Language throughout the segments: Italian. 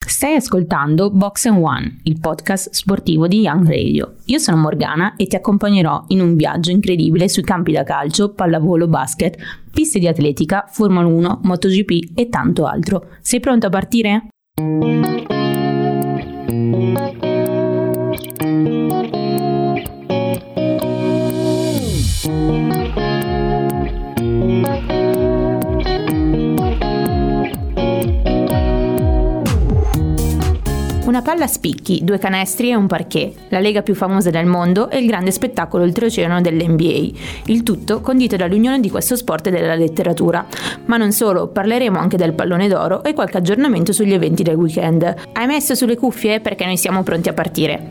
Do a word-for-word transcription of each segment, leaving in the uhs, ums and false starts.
Stai ascoltando Box and One, il podcast sportivo di Young Radio. Io sono Morgana e ti accompagnerò in un viaggio incredibile sui campi da calcio, pallavolo, basket, piste di atletica, Formula uno, MotoGP e tanto altro. Sei pronto a partire? Una palla a spicchi, due canestri e un parquet, la lega più famosa del mondo e il grande spettacolo oltreoceano dell'N B A. Il tutto condito dall'unione di questo sport e della letteratura. Ma non solo, parleremo anche del pallone d'oro e qualche aggiornamento sugli eventi del weekend. Hai messo sulle cuffie? Perché noi siamo pronti a partire.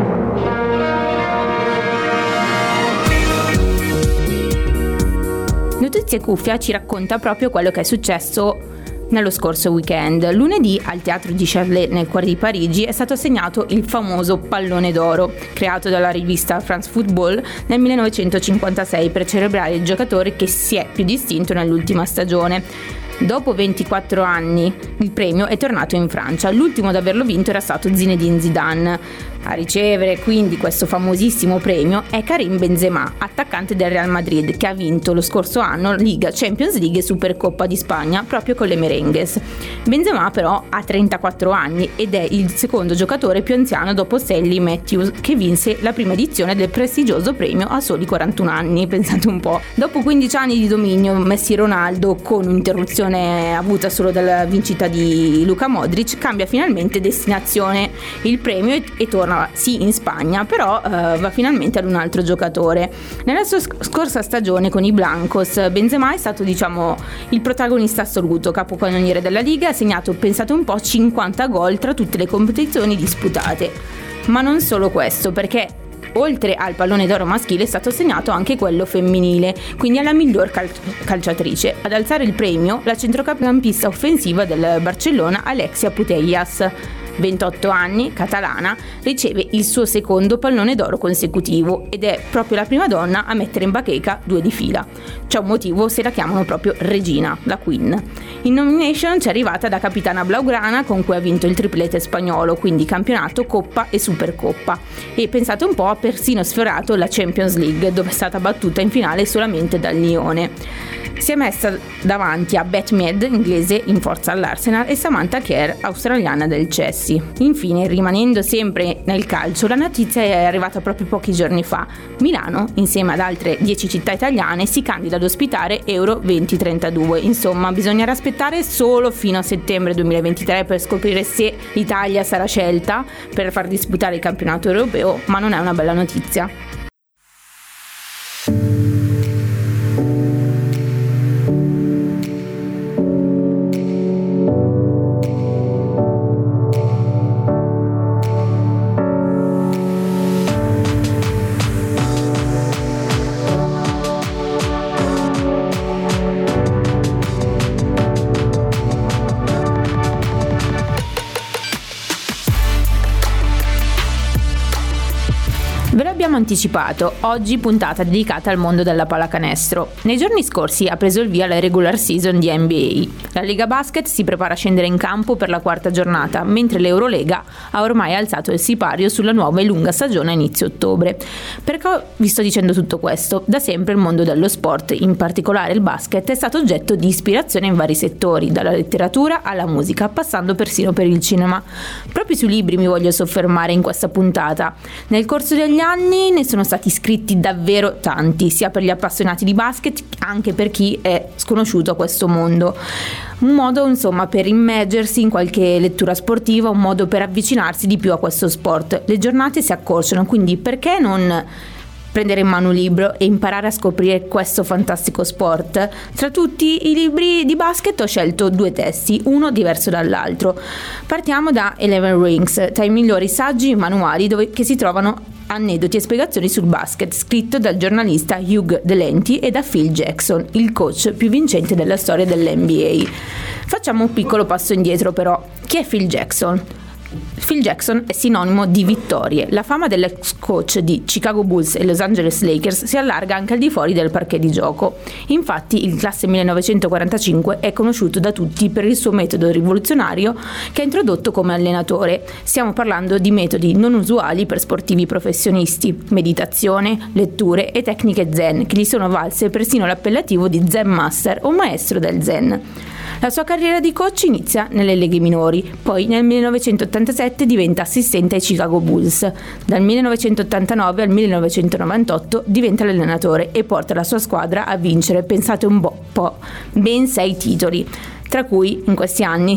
Notizie Cuffia ci racconta proprio quello che è successo nello scorso weekend. Lunedì al Teatro di Châtelet nel cuore di Parigi è stato assegnato il famoso pallone d'oro, creato dalla rivista France Football nel millenovecentocinquantasei per celebrare il giocatore che si è più distinto nell'ultima stagione. Dopo ventiquattro anni il premio è tornato in Francia. L'ultimo ad averlo vinto era stato Zinedine Zidane. A ricevere quindi questo famosissimo premio è Karim Benzema, attaccante del Real Madrid, che ha vinto lo scorso anno Liga, Champions League e Supercoppa di Spagna proprio con le Merengues. Benzema però ha trentaquattro anni ed è il secondo giocatore più anziano dopo Stanley Matthews, che vinse la prima edizione del prestigioso premio a soli quarantuno anni, pensate un po'. Dopo quindici anni di dominio, Messi Ronaldo, con un'interruzione avuta solo dalla vincita di Luka Modric, cambia finalmente destinazione il premio e, e torna sì in Spagna, però uh, va finalmente ad un altro giocatore. Nella sua sc- scorsa stagione con i Blancos, Benzema è stato diciamo il protagonista assoluto, capocannoniere della Liga, ha segnato, pensate un po', cinquanta gol tra tutte le competizioni disputate. Ma non solo questo, perché oltre al pallone d'oro maschile è stato assegnato anche quello femminile, quindi alla miglior cal- calciatrice. Ad alzare il premio la centrocampista offensiva del Barcellona Alexia Putellas, ventotto anni, catalana, riceve il suo secondo pallone d'oro consecutivo ed è proprio la prima donna a mettere in bacheca due di fila. C'è un motivo se la chiamano proprio regina, la Queen. In nomination c'è arrivata da capitana blaugrana, con cui ha vinto il triplete spagnolo, quindi campionato, coppa e supercoppa. E pensate un po', ha persino sfiorato la Champions League, dove è stata battuta in finale solamente dal Lione. Si è messa davanti a Beth Mead, inglese in forza all'Arsenal, e Samantha Kerr, australiana del Chelsea. Infine, rimanendo sempre nel calcio, la notizia è arrivata proprio pochi giorni fa. Milano, insieme ad altre dieci città italiane, si candida ad ospitare Euro duemilatrentadue. Insomma, bisognerà aspettare solo fino a settembre duemilaventitré per scoprire se l'Italia sarà scelta per far disputare il campionato europeo, ma non è una bella notizia. Ve l'abbiamo anticipato, oggi puntata dedicata al mondo della pallacanestro. Nei giorni scorsi ha preso il via la regular season di N B A. La Lega Basket si prepara a scendere in campo per la quarta giornata, mentre l'Eurolega ha ormai alzato il sipario sulla nuova e lunga stagione a inizio ottobre. Perché vi sto dicendo tutto questo? Da sempre il mondo dello sport, in particolare il basket, è stato oggetto di ispirazione in vari settori, dalla letteratura alla musica, passando persino per il cinema. Proprio sui libri mi voglio soffermare in questa puntata. Nel corso degli anni ne sono stati scritti davvero tanti, sia per gli appassionati di basket anche per chi è sconosciuto a questo mondo. Un modo insomma per immergersi in qualche lettura sportiva, un modo per avvicinarsi di più a questo sport. Le giornate si accorciano, quindi perché non prendere in mano un libro e imparare a scoprire questo fantastico sport? Tra tutti i libri di basket ho scelto due testi, uno diverso dall'altro. Partiamo da Eleven Rings, tra i migliori saggi e manuali dove che si trovano aneddoti e spiegazioni sul basket, scritto dal giornalista Hugh Delenti e da Phil Jackson, il coach più vincente della storia dell'N B A. Facciamo un piccolo passo indietro però. Chi è Phil Jackson? Phil Jackson è sinonimo di vittorie. La fama dell'ex coach di Chicago Bulls e Los Angeles Lakers si allarga anche al di fuori del parquet di gioco. Infatti il classe millenovecentoquarantacinque è conosciuto da tutti per il suo metodo rivoluzionario che ha introdotto come allenatore. Stiamo parlando di metodi non usuali per sportivi professionisti: meditazione, letture e tecniche zen, che gli sono valse persino l'appellativo di Zen Master o maestro del zen. La sua carriera di coach inizia nelle leghe minori, poi nel millenovecentottantasette diventa assistente ai Chicago Bulls. Dal millenovecentottantanove al millenovecentonovantotto diventa l'allenatore e porta la sua squadra a vincere, pensate un po', ben sei titoli, tra cui in questi anni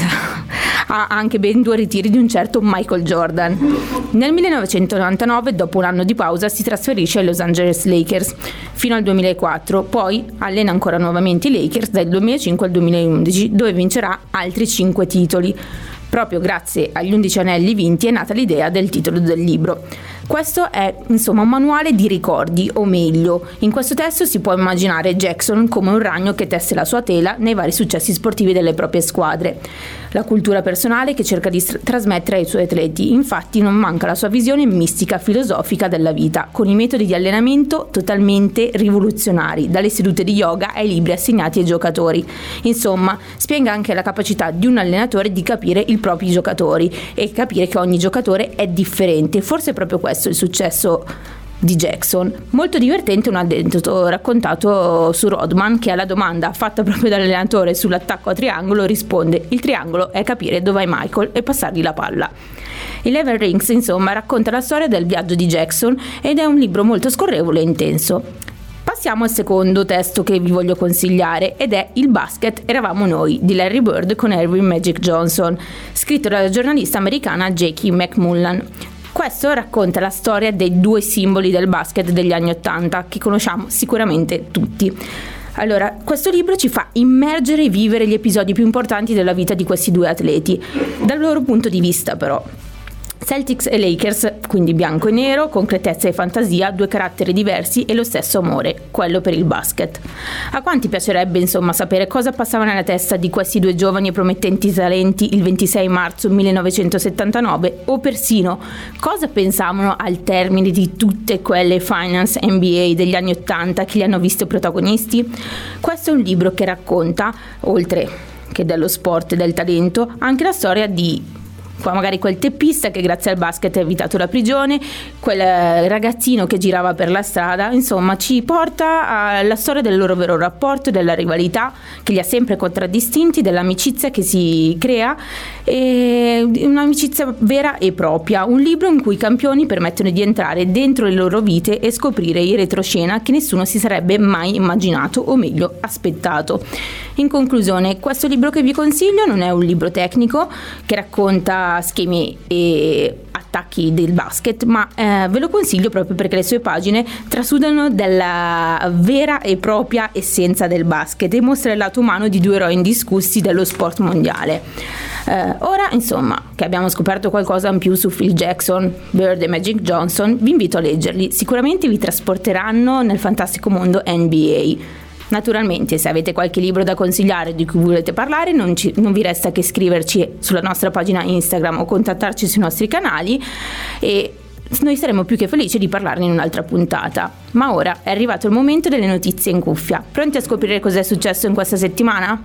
ha anche ben due ritiri di un certo Michael Jordan. Nel millenovecentonovantanove, dopo un anno di pausa, si trasferisce ai Los Angeles Lakers fino al duemilaquattro, poi allena ancora nuovamente i Lakers dal duemilacinque al duemilaundici, dove vincerà altri cinque titoli. Proprio grazie agli undici anelli vinti è nata l'idea del titolo del libro. Questo è insomma un manuale di ricordi, o meglio, in questo testo si può immaginare Jackson come un ragno che tesse la sua tela nei vari successi sportivi delle proprie squadre. La cultura personale che cerca di trasmettere ai suoi atleti, infatti non manca la sua visione mistica filosofica della vita, con i metodi di allenamento totalmente rivoluzionari, dalle sedute di yoga ai libri assegnati ai giocatori. Insomma, spiega anche la capacità di un allenatore di capire i propri giocatori e capire che ogni giocatore è differente. Forse è proprio questo il successo di Jackson. Molto divertente un aneddoto raccontato su Rodman, che alla domanda fatta proprio dall'allenatore sull'attacco a triangolo risponde: il triangolo è capire dove è Michael e passargli la palla. Eleven Rings insomma racconta la storia del viaggio di Jackson ed è un libro molto scorrevole e intenso. Passiamo al secondo testo che vi voglio consigliare ed è Il basket eravamo noi di Larry Bird con Ervin Magic Johnson, scritto dalla giornalista americana J K McMullan. Questo racconta la storia dei due simboli del basket degli anni Ottanta che conosciamo sicuramente tutti. Allora, questo libro ci fa immergere e vivere gli episodi più importanti della vita di questi due atleti, dal loro punto di vista però. Celtics e Lakers, quindi bianco e nero, concretezza e fantasia, due caratteri diversi e lo stesso amore, quello per il basket. A quanti piacerebbe insomma sapere cosa passava nella testa di questi due giovani e promettenti talenti il ventisei marzo millenovecentosettantanove, o persino cosa pensavano al termine di tutte quelle finals N B A degli anni ottanta che li hanno visti protagonisti? Questo è un libro che racconta, oltre che dello sport e del talento, anche la storia di magari quel teppista che grazie al basket ha evitato la prigione, quel ragazzino che girava per la strada. Insomma, ci porta alla storia del loro vero rapporto, della rivalità che li ha sempre contraddistinti, dell'amicizia che si crea, e un'amicizia vera e propria. Un libro in cui i campioni permettono di entrare dentro le loro vite e scoprire i retroscena che nessuno si sarebbe mai immaginato, o meglio aspettato. In conclusione, questo libro che vi consiglio non è un libro tecnico che racconta schemi e attacchi del basket, ma eh, ve lo consiglio proprio perché le sue pagine trasudano della vera e propria essenza del basket e mostra il lato umano di due eroi indiscussi dello sport mondiale. Eh, ora, insomma, che abbiamo scoperto qualcosa in più su Phil Jackson, Bird e Magic Johnson, vi invito a leggerli, sicuramente vi trasporteranno nel fantastico mondo N B A. Naturalmente, se avete qualche libro da consigliare di cui volete parlare, non, ci, non vi resta che scriverci sulla nostra pagina Instagram o contattarci sui nostri canali e noi saremo più che felici di parlarne in un'altra puntata. Ma ora è arrivato il momento delle notizie in cuffia. Pronti a scoprire cosa è successo in questa settimana?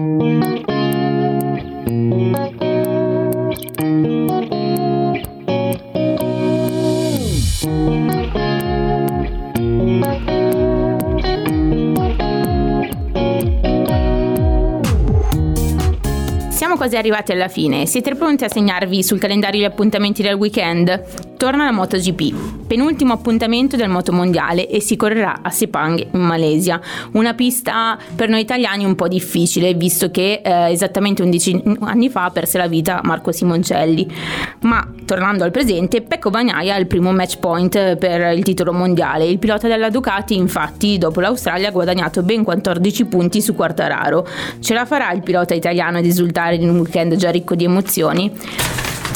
Siamo quasi arrivati alla fine. Siete pronti a segnarvi sul calendario gli appuntamenti del weekend? Torna la MotoGP, penultimo appuntamento del motomondiale, e si correrà a Sepang in Malesia, una pista per noi italiani un po' difficile visto che eh, esattamente undici anni fa perse la vita Marco Simoncelli. Ma tornando al presente, Pecco Bagnaia ha il primo match point per il titolo mondiale. Il pilota della Ducati infatti dopo l'Australia ha guadagnato ben quattordici punti su Quartararo. Ce la farà il pilota italiano ad esultare in un weekend già ricco di emozioni?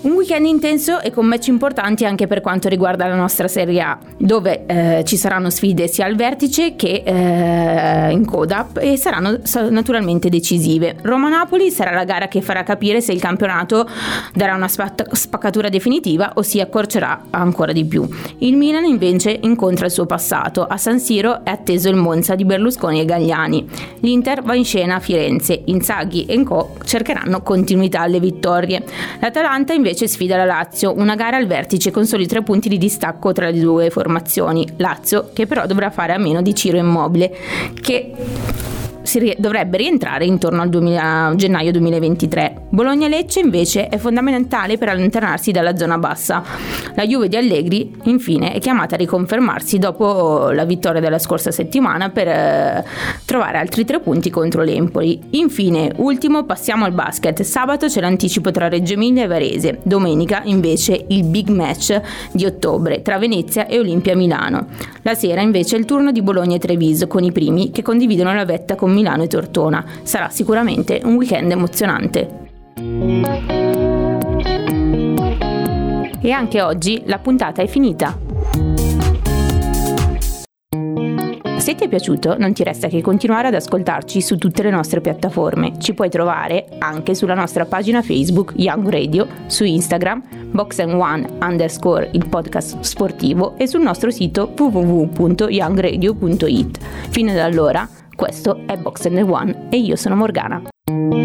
Un weekend intenso e con match importanti anche per quanto riguarda la nostra Serie A, dove eh, ci saranno sfide sia al vertice che eh, in coda e saranno naturalmente decisive. Roma-Napoli sarà la gara che farà capire se il campionato darà una spaccatura definitiva o si accorcerà ancora di più. Il Milan invece incontra il suo passato. A San Siro è atteso il Monza di Berlusconi e Galliani. L'Inter va in scena a Firenze. Inzaghi e Co cercheranno continuità alle vittorie. L'Atalanta invece sfida la Lazio, una gara al vertice con soli tre punti di distacco tra le due formazioni. Lazio che però dovrà fare a meno di Ciro Immobile, che si rie- dovrebbe rientrare intorno al duemila, gennaio duemilaventitré. Bologna-Lecce invece è fondamentale per allontanarsi dalla zona bassa. La Juve di Allegri infine è chiamata a riconfermarsi dopo la vittoria della scorsa settimana per eh, trovare altri tre punti contro l'Empoli. Infine, ultimo, passiamo al basket. Sabato c'è l'anticipo tra Reggio Emilia e Varese, domenica invece il big match di ottobre tra Venezia e Olimpia Milano. La sera invece è il turno di Bologna e Treviso, con i primi che condividono la vetta con Milano e Tortona. Sarà sicuramente un weekend emozionante. E anche oggi la puntata è finita. Se ti è piaciuto, non ti resta che continuare ad ascoltarci su tutte le nostre piattaforme. Ci puoi trovare anche sulla nostra pagina Facebook Young Radio, su Instagram box and one underscore il podcast sportivo e sul nostro sito w w w punto young radio punto it. Fino ad allora, questo è Box and One e io sono Morgana.